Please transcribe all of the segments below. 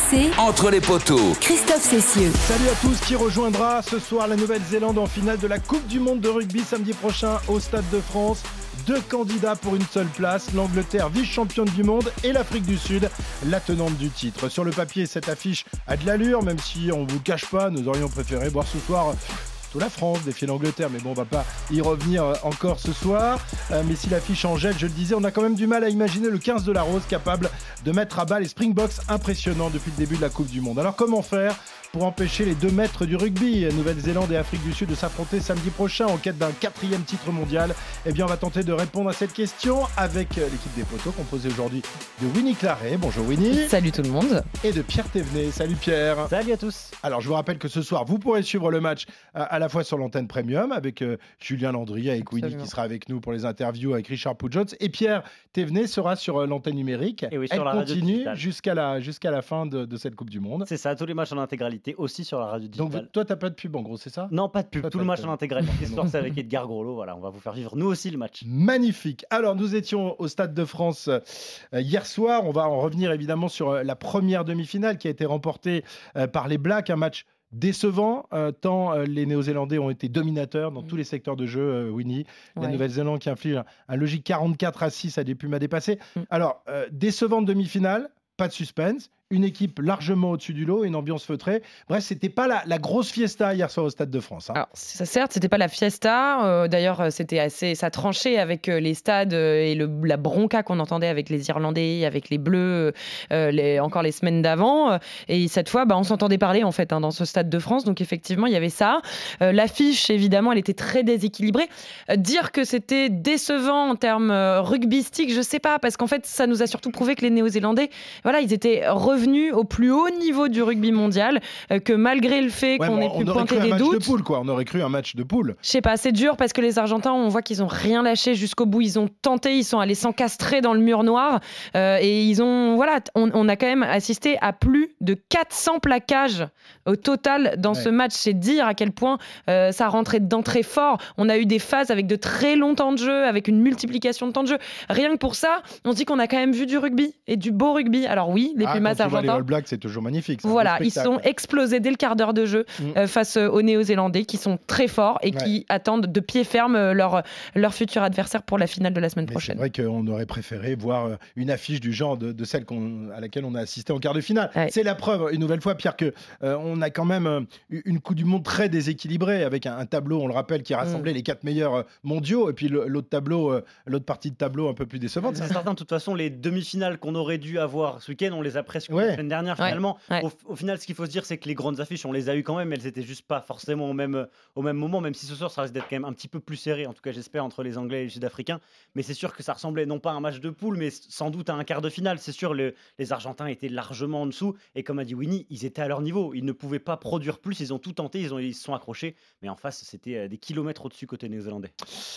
RMC, Entre les poteaux. Christophe Cessieux. Salut à tous, qui rejoindra ce soir la Nouvelle-Zélande en finale de la Coupe du Monde de rugby samedi prochain au Stade de France. 2 candidats pour une seule place, l'Angleterre vice-championne du monde et l'Afrique du Sud, la tenante du titre. Sur le papier, cette affiche a de l'allure, même si on ne vous cache pas, nous aurions préféré voir ce soir toute la France défier l'Angleterre, mais bon, on va pas y revenir encore ce soir. Mais si l'affiche en jette, je le disais, on a quand même du mal à imaginer le 15 de la Rose capable de mettre à bas les Springboks impressionnants depuis le début de la Coupe du Monde. Alors comment faire pour empêcher les 2 maîtres du rugby, Nouvelle-Zélande et Afrique du Sud, de s'affronter samedi prochain en quête d'un 4e titre mondial? Eh bien, on va tenter de répondre à cette question avec l'équipe des poteaux composée aujourd'hui de Winnie Claret. Bonjour Winnie. Salut tout le monde. Et de Pierre Thévenet. Salut Pierre. Salut à tous. Alors, je vous rappelle que ce soir, vous pourrez suivre le match à la fois sur l'antenne Premium avec Julien Landry, avec Winnie qui sera avec nous pour les interviews avec Richard Poujots. Et Pierre Thévenet sera sur l'antenne numérique. Et oui, sur Elle la radio continue digitale. jusqu'à la fin de cette Coupe du Monde. C'est ça, tous les matchs en intégralité aussi sur la radio digitale. Donc, toi, t'as pas de pub en gros, c'est ça? Non, pas de pub, Pas tout de le match pub. en intégralité. L'histoire, c'est avec Edgar Groslo. Voilà, on va vous faire vivre nous aussi le match. Magnifique. Alors, nous étions au Stade de France hier soir. On va en revenir évidemment sur la première demi-finale qui a été remportée par les Blacks. Un match décevant, tant les Néo-Zélandais ont été dominateurs dans tous les secteurs de jeu, Winnie. La Ouais. Nouvelle-Zélande qui inflige un logique 44-6 à des Pumas dépassés. Alors, décevante demi-finale, pas de suspense. Une équipe largement au-dessus du lot, une ambiance feutrée. Bref, c'était pas la grosse fiesta hier soir au Stade de France. Alors, ça, certes, c'était pas la fiesta. D'ailleurs, ça tranchait avec les stades et la bronca qu'on entendait avec les Irlandais, avec les Bleus, encore les semaines d'avant. Et cette fois, on s'entendait parler en fait dans ce Stade de France. Donc effectivement, il y avait ça. L'affiche, évidemment, elle était très déséquilibrée. Dire que c'était décevant en termes rugbystique, je sais pas, parce qu'en fait, ça nous a surtout prouvé que les Néo-Zélandais, voilà, ils étaient revenus au plus haut niveau du rugby mondial, que malgré le fait qu'on ait pu pointer des doutes. De poule, quoi. On aurait cru un match de poule. Je sais pas, c'est dur parce que les Argentins, on voit qu'ils ont rien lâché jusqu'au bout. Ils ont tenté, ils sont allés s'encastrer dans le mur noir et ils ont, voilà, on a quand même assisté à plus de 400 plaquages au total dans ce match. C'est dire à quel point ça rentrait dedans très fort. On a eu des phases avec de très longs temps de jeu, avec une multiplication de temps de jeu. Rien que pour ça, on se dit qu'on a quand même vu du rugby et du beau rugby. Alors oui, les Pumas quand tu vois les argentins. All Blacks, c'est toujours magnifique. Voilà, ils sont explosés dès le quart d'heure de jeu face aux Néo-Zélandais qui sont très forts et qui attendent de pied ferme leur futur adversaire pour la finale de la semaine prochaine. C'est vrai qu'on aurait préféré voir une affiche du genre de celle à laquelle on a assisté en quart de finale. Ouais. C'est la preuve, une nouvelle fois, Pierre, qu'on a quand même une Coupe du Monde très déséquilibrée avec un tableau, on le rappelle, qui rassemblait les 4 meilleurs mondiaux et puis l'autre partie de tableau un peu plus décevante. C'est certain, de toute façon, les demi-finales qu'on aurait dû avoir ce week-end, on les a presque la semaine dernière finalement. Ouais. Au final, ce qu'il faut se dire, c'est que les grandes affiches, on les a eues quand même, elles étaient juste pas forcément au même moment, même si ce soir, ça risque d'être quand même un petit peu plus serré, en tout cas j'espère, entre les Anglais et les Sud-Africains. Mais c'est sûr que ça ressemblait non pas à un match de poule, mais sans doute à un quart de finale. C'est sûr, les Argentins étaient largement en dessous, et comme a dit Winnie, ils étaient à leur niveau. Ils ne pouvaient pas produire plus, ils ont tout tenté, ils se sont accrochés, mais en face, c'était des kilomètres au-dessus côté néo-zélandais.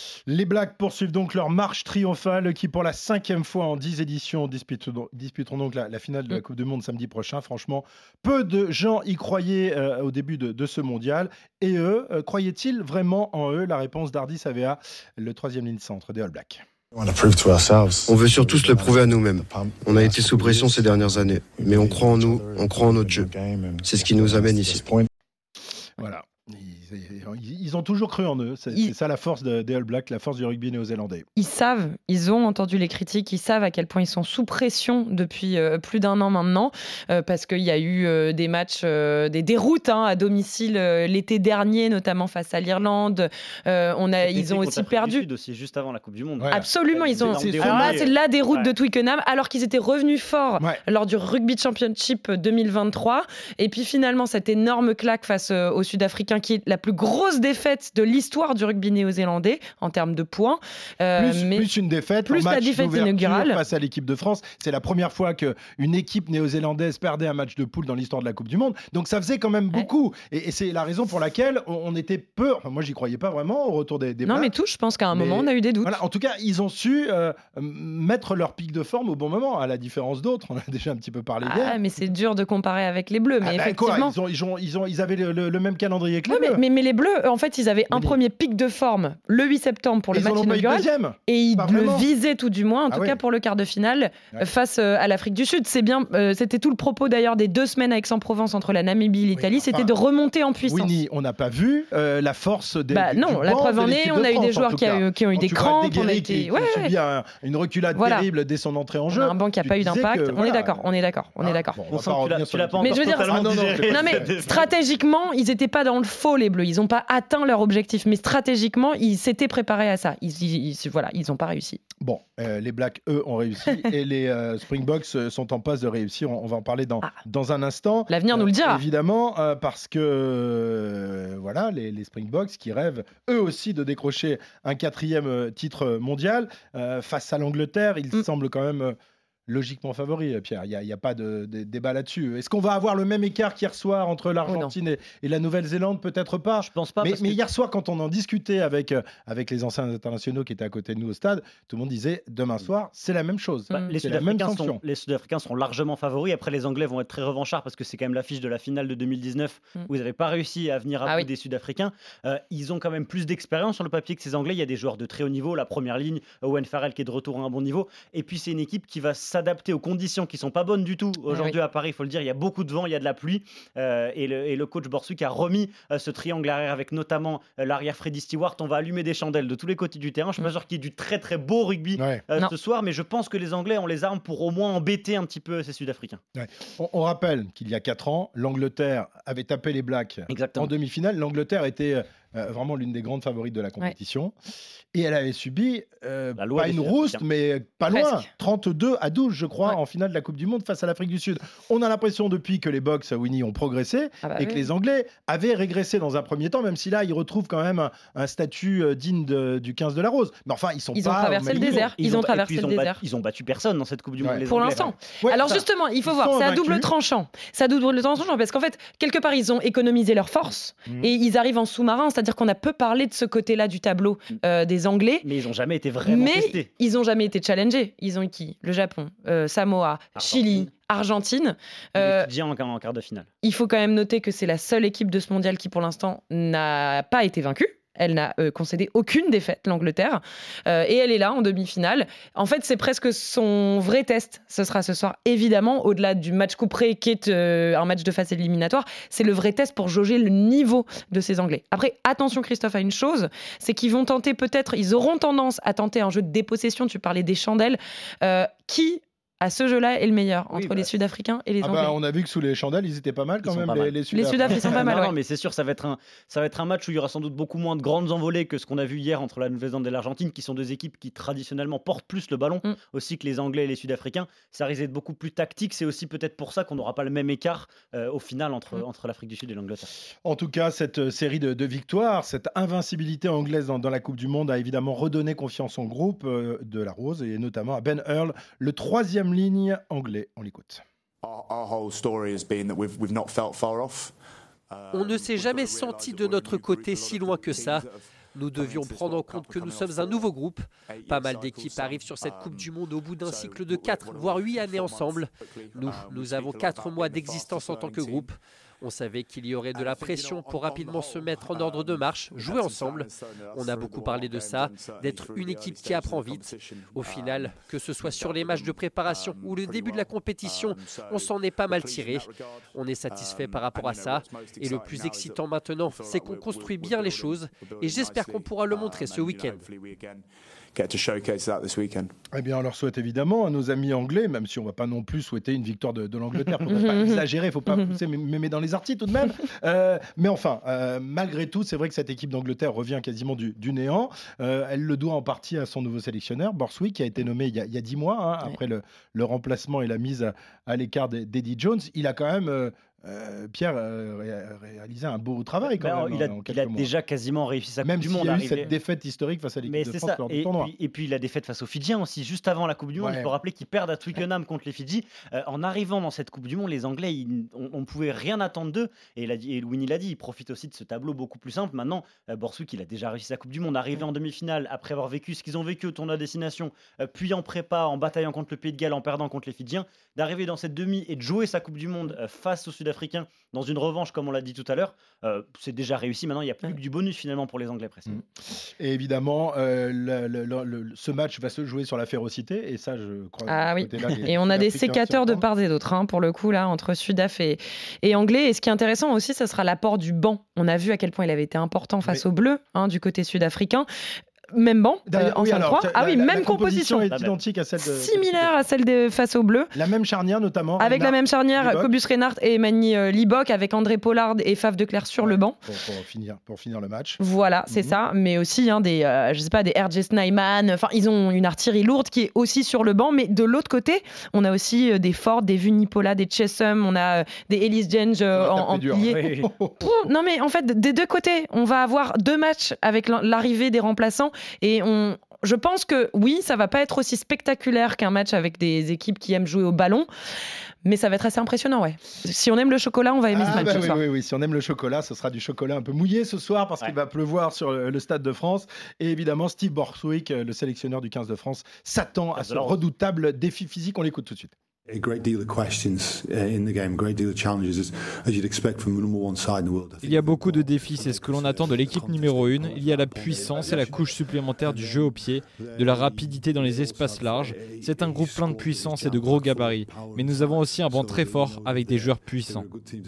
Les Blacks poursuivent donc leur marche triomphale, qui pour la 5e fois en 10 éditions disputeront donc la finale de la Coupe du Monde samedi prochain. Franchement, peu de gens y croyaient au début de ce mondial. Et eux, croyaient-ils vraiment en eux? La réponse d'Hardy Savea, le 3e ligne centre des All Blacks. On veut surtout se le prouver à nous-mêmes. On a été sous pression ces dernières années, mais on croit en nous, on croit en notre jeu. C'est ce qui nous amène ici. Voilà. Ils ont toujours cru en eux. C'est ça la force des All Blacks, la force du rugby néo-zélandais. Ils savent, ils ont entendu les critiques, ils savent à quel point ils sont sous pression depuis plus d'1 an maintenant, parce qu'il y a eu des matchs, des déroutes à domicile l'été dernier, notamment face à l'Irlande. Ils ont aussi perdu. Aussi, juste avant la Coupe du Monde. Ouais. Absolument, ils ont. Alors là, c'est la déroute de Twickenham, alors qu'ils étaient revenus forts lors du Rugby Championship 2023. Et puis finalement, cette énorme claque face aux Sud-Africains, qui est la plus grosse défaite de l'histoire du rugby néo-zélandais en termes de points. Plus une défaite, plus la défaite inaugurale face à l'équipe de France. C'est la première fois qu'une équipe néo-zélandaise perdait un match de poule dans l'histoire de la Coupe du Monde. Donc ça faisait quand même beaucoup. Et c'est la raison pour laquelle on était peu. Enfin, moi, j'y croyais pas vraiment au retour des Non, mais je pense qu'à un moment, on a eu des doutes. Voilà, en tout cas, ils ont su mettre leur pic de forme au bon moment, à la différence d'autres. On a déjà un petit peu parlé hier. Mais c'est dur de comparer avec les Bleus. Mais effectivement. Ils avaient le même calendrier que les Bleus. Mais mais les Bleus, en fait, ils avaient un premier pic de forme le 8 septembre pour le match inaugural. Et ils le visaient tout du moins, en tout cas pour le quart de finale, face à l'Afrique du Sud. C'est bien, c'était tout le propos d'ailleurs des 2 semaines à Aix-en-Provence entre la Namibie et l'Italie, c'était de remonter en puissance. Winnie, on n'a pas vu la force des non, la preuve en est, on a eu des joueurs qui ont eu des crampes, on a été subi une reculade terrible dès son entrée en jeu. On a un banc qui n'a pas eu d'impact. On est d'accord. Mais je veux dire, stratégiquement, ils n'étaient pas dans le faux, les Bleus. Ils n'ont pas atteint leur objectif, mais stratégiquement, ils s'étaient préparés à ça. Ils n'ont pas réussi. Bon, les Blacks, eux, ont réussi et les Springboks sont en passe de réussir. On va en parler dans un instant. L'avenir nous le dira. Évidemment, parce que les Springboks qui rêvent eux aussi de décrocher un 4e titre mondial face à l'Angleterre. Ils semblent quand même logiquement favori, Pierre. Il n'y a pas de débat là-dessus. Est-ce qu'on va avoir le même écart qu'hier soir entre l'Argentine et la Nouvelle-Zélande ? Peut-être pas. Je pense pas. Mais hier soir, quand on en discutait avec les anciens internationaux qui étaient à côté de nous au stade, tout le monde disait demain soir, c'est la même chose. Les Sud-Africains sont largement favoris. Après, les Anglais vont être très revanchards parce que c'est quand même l'affiche de la finale de 2019 où ils n'avaient pas réussi à venir à bout des Sud-Africains. Ils ont quand même plus d'expérience sur le papier que ces Anglais. Il y a des joueurs de très haut niveau. La première ligne, Owen Farrell qui est de retour à un bon niveau. Et puis, c'est une équipe qui va s'adapter aux conditions qui sont pas bonnes du tout aujourd'hui à Paris, il faut le dire. Il y a beaucoup de vent, il y a de la pluie et le coach Borswick a remis ce triangle arrière avec notamment l'arrière Freddie Stewart. On va allumer des chandelles de tous les côtés du terrain. Je suis pas sûr qu'il y ait du très très beau rugby ce soir, mais je pense que les Anglais ont les armes pour au moins embêter un petit peu ces Sud-Africains. On rappelle qu'il y a 4 ans, l'Angleterre avait tapé les Blacks en demi-finale. L'Angleterre était vraiment l'une des grandes favorites de la compétition. Et elle avait subi pas une rouste, mais pas loin. 32-12, je crois, en finale de la Coupe du Monde face à l'Afrique du Sud. On a l'impression depuis que les Box, Winnie, ont progressé et que les Anglais avaient régressé dans un premier temps, même si là, ils retrouvent quand même un statut digne du 15 de la Rose. Mais enfin, ils ont traversé le désert. Ils ont battu personne dans cette Coupe du Monde. Pour l'instant. Alors justement, il faut voir, c'est à double tranchant. Parce qu'en fait, quelque part, ils ont économisé leurs forces et ils arrivent en sous-marin, c'est-à-dire qu'on a peu parlé de ce côté-là du tableau des Anglais. Mais ils n'ont jamais été vraiment testés. Ils n'ont jamais été challengés. Ils ont eu qui ? Le Japon, Samoa, Chili, Argentine. En quart de finale. Il faut quand même noter que c'est la seule équipe de ce mondial qui, pour l'instant, n'a pas été vaincue. Elle n'a concédé aucune défaite, l'Angleterre. Et elle est là en demi-finale. En fait, c'est presque son vrai test. Ce sera ce soir, évidemment, au-delà du match couperé qui est un match de phase éliminatoire. C'est le vrai test pour jauger le niveau de ces Anglais. Après, attention, Christophe, à une chose, c'est qu'ils vont tenter ils auront tendance à tenter un jeu de dépossession. Tu parlais des chandelles. Qui à ce jeu-là est le meilleur entre les Sud-Africains et les Anglais. On a vu que sous les chandelles, ils étaient pas mal quand même. Les Sud-Africains sont pas mal. Non, mais c'est sûr, ça va être un match où il y aura sans doute beaucoup moins de grandes envolées que ce qu'on a vu hier entre la Nouvelle-Zélande et l'Argentine, qui sont 2 équipes qui traditionnellement portent plus le ballon, aussi que les Anglais et les Sud-Africains. Ça risque d'être beaucoup plus tactique. C'est aussi peut-être pour ça qu'on n'aura pas le même écart au final entre l'Afrique du Sud et l'Angleterre. En tout cas, cette série de victoires, cette invincibilité anglaise dans la Coupe du Monde a évidemment redonné confiance au groupe de la Rose et notamment à Ben Earl, le 3e ligne anglais. On l'écoute. On ne s'est jamais senti de notre côté si loin que ça. Nous devions prendre en compte que nous sommes un nouveau groupe. Pas mal d'équipes arrivent sur cette Coupe du Monde au bout d'un cycle de 4, voire 8 années ensemble. Nous avons 4 mois d'existence en tant que groupe. On savait qu'il y aurait de la pression pour rapidement se mettre en ordre de marche, jouer ensemble. On a beaucoup parlé de ça, d'être une équipe qui apprend vite. Au final, que ce soit sur les matchs de préparation ou le début de la compétition, on s'en est pas mal tiré. On est satisfait par rapport à ça. Et le plus excitant maintenant, c'est qu'on construit bien les choses. Et j'espère qu'on pourra le montrer ce week-end. Eh bien, on leur souhaite évidemment à nos amis anglais, même si on ne va pas non plus souhaiter une victoire de l'Angleterre. Il ne faut pas exagérer, il ne faut pas pousser mémé dans les artis tout de même. Mais enfin, malgré tout, c'est vrai que cette équipe d'Angleterre revient quasiment du néant. Elle le doit en partie à son nouveau sélectionneur, Borswick, qui a été nommé il y a 10 mois, après le remplacement et la mise à l'écart d'Eddie Jones. Il a quand même... Pierre réalisé un beau travail quand même. Il a déjà quasiment réussi sa Coupe du Monde. Même s'il y a eu cette défaite historique face à l'équipe de France lors du tournoi. Et puis la défaite face aux Fidjiens aussi, juste avant la Coupe du Monde. Il faut rappeler qu'ils perdent à Twickenham contre les Fidji. En arrivant dans cette Coupe du Monde, les Anglais, on ne pouvait rien attendre d'eux. Et Winnie l'a dit, il profite aussi de ce tableau beaucoup plus simple. Maintenant, Borswick, il a déjà réussi sa Coupe du Monde. Arrivé en demi-finale, après avoir vécu ce qu'ils ont vécu au tournoi destination, puis en prépa, en bataillant contre le Pays de Galles, en perdant contre les Fidjiens, d'arriver dans cette demi et de jouer sa Coupe du Monde face aux Sud-Africains Sud-Africains dans une revanche, comme on l'a dit tout à l'heure, c'est déjà réussi. Maintenant, il n'y a plus que du bonus finalement pour les Anglais presque. Et évidemment, ce match va se jouer sur la férocité, et ça, je crois. Ah oui, et on a des sécateurs de part et d'autre, pour le coup, là, entre Sudaf et Anglais. Et ce qui est intéressant aussi, ce sera l'apport du banc. On a vu à quel point il avait été important face aux Bleus, du côté sud-africain. Même banc, en 5-3. Même composition. Est identique à celle de... Similaire à celle face aux Bleus. La même charnière notamment. Avec la même charnière, Cobus Reinhardt et Manny Libok, avec André Pollard et Faf de Clerc sur le banc. Pour finir le match. Voilà, c'est ça. Mais aussi des RJ Snyman. Enfin, ils ont une artillerie lourde qui est aussi sur le banc. Mais de l'autre côté, on a aussi des Ford, des Vunipola, des Chessum. On a des Ellis Genge en pilier. Non, mais en fait, des deux côtés, on va avoir 2 matchs avec l'arrivée des remplaçants. Et je pense que oui, ça va pas être aussi spectaculaire qu'un match avec des équipes qui aiment jouer au ballon, mais ça va être assez impressionnant, ouais. Si on aime le chocolat, on va aimer ce match ce soir. Oui, si on aime le chocolat, ce sera du chocolat un peu mouillé ce soir parce qu'il va pleuvoir sur le Stade de France. Et évidemment, Steve Borswick, le sélectionneur du 15 de France, s'attend à ce redoutable défi physique. On l'écoute tout de suite. A great deal of questions in the game, great deal of challenges as you'd expect from the number one side in the world. Il y a beaucoup de défis, c'est ce que l'on attend de l'équipe numéro 1. Il y a la puissance et la couche supplémentaire du jeu au pied, de la rapidité dans les espaces larges. C'est un groupe plein de puissance et de gros gabarits, mais nous avons aussi un banc très fort avec des joueurs puissants.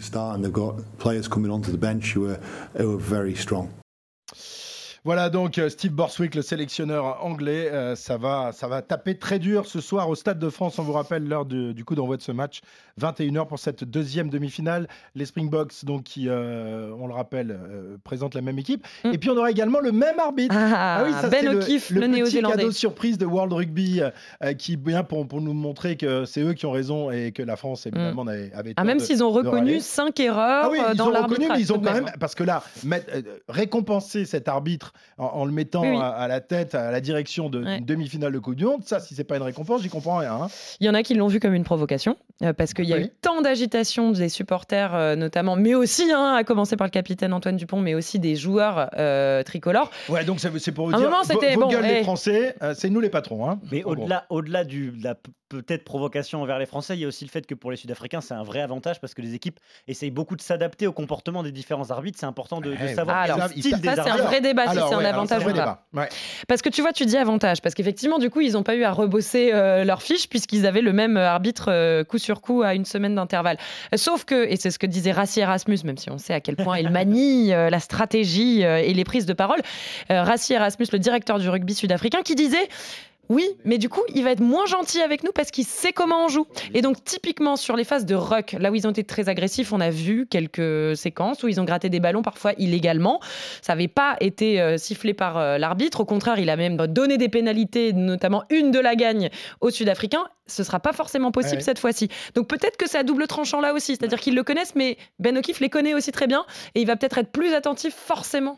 Voilà donc Steve Borswick, le sélectionneur anglais. Ça va taper très dur ce soir au Stade de France. On vous rappelle l'heure du coup d'envoi de ce match, 21h pour cette deuxième demi-finale. Les Springboks, donc, qui, on le rappelle, présentent la même équipe. Et puis on aura également le même arbitre. Ben O'Keefe, le néo-zélandais. Petit cadeau surprise de World Rugby qui vient pour nous montrer que c'est eux qui ont raison et que la France, évidemment, avait tort. Même s'ils ont reconnu 5 erreurs dans l'arbitrage. Mais ils ont quand même, parce que là, récompenser cet arbitre en le mettant à la tête, à la direction d'une demi-finale de Coupe du Monde, ça, si c'est pas une récompense, j'y comprends rien. Il y en a qui l'ont vu comme une provocation, parce qu'il y a eu tant d'agitation des supporters, notamment, mais aussi, à commencer par le capitaine Antoine Dupont, mais aussi des joueurs tricolores. Ouais, donc c'est pour vous dire, vos gueules les Français, c'est nous les patrons. Mais au-delà de la peut-être provocation envers les Français, il y a aussi le fait que pour les Sud-Africains, c'est un vrai avantage parce que les équipes essayent beaucoup de s'adapter au comportement des différents arbitres. C'est important de savoir quel style des arbitres. C'est un vrai débat si c'est un avantage ou pas. Parce que tu dis avantage, parce qu'effectivement, du coup, ils n'ont pas eu à rebosser leur fiche puisqu'ils avaient le même arbitre coup sur coup à une semaine d'intervalle. Sauf que, et c'est ce que disait Rassi Erasmus, même si on sait à quel point il manie la stratégie et les prises de parole, Rassi Erasmus, le directeur du rugby sud-africain, qui disait... Oui, mais du coup, il va être moins gentil avec nous parce qu'il sait comment on joue. Et donc, typiquement, sur les phases de ruck, là où ils ont été très agressifs, on a vu quelques séquences où ils ont gratté des ballons, parfois illégalement. Ça n'avait pas été sifflé par l'arbitre. Au contraire, il a même donné des pénalités, notamment une de la gagne aux Sud-Africains. Ce ne sera pas forcément possible cette fois-ci. Donc, peut-être que c'est à double tranchant là aussi. C'est-à-dire qu'ils le connaissent, mais Ben O'Keefe les connaît aussi très bien. Et il va peut-être être plus attentif, forcément,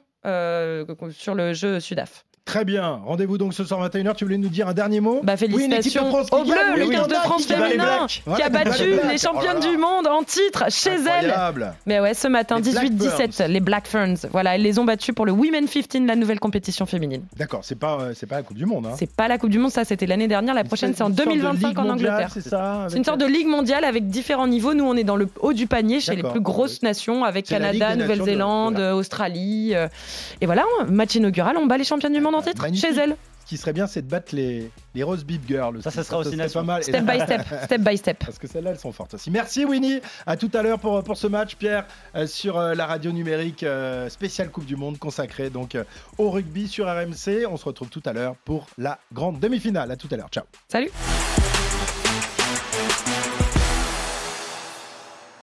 sur le jeu Sudaf. Très bien. Rendez-vous donc ce soir 21h. Tu voulais nous dire un dernier mot? Félicitations aux Bleus, le 15 de France féminin qui a battu les championnes du monde en titre chez elles. Mais ouais, ce matin, 18-17, les Black Ferns. Voilà, elles les ont battues pour le Women 15, la nouvelle compétition féminine. D'accord, c'est pas la Coupe du Monde. C'est pas la Coupe du Monde, ça c'était l'année dernière. La prochaine, c'est en 2025 en Angleterre. C'est une sorte de ligue mondiale avec différents niveaux. Nous, on est dans le haut du panier chez les plus grosses nations avec Canada, Nouvelle-Zélande, Australie. Et voilà, match inaugural, on bat les championnes du monde en titre chez elles. Ce qui serait bien, c'est de battre les Rose Beef Girls. Ça sera aussi pas mal. Step by step. Parce que celles-là, elles sont fortes aussi. Merci Winnie. À tout à l'heure pour ce match, Pierre, sur la radio numérique spéciale Coupe du Monde consacrée donc au rugby sur RMC. On se retrouve tout à l'heure pour la grande demi-finale. À tout à l'heure. Ciao. Salut.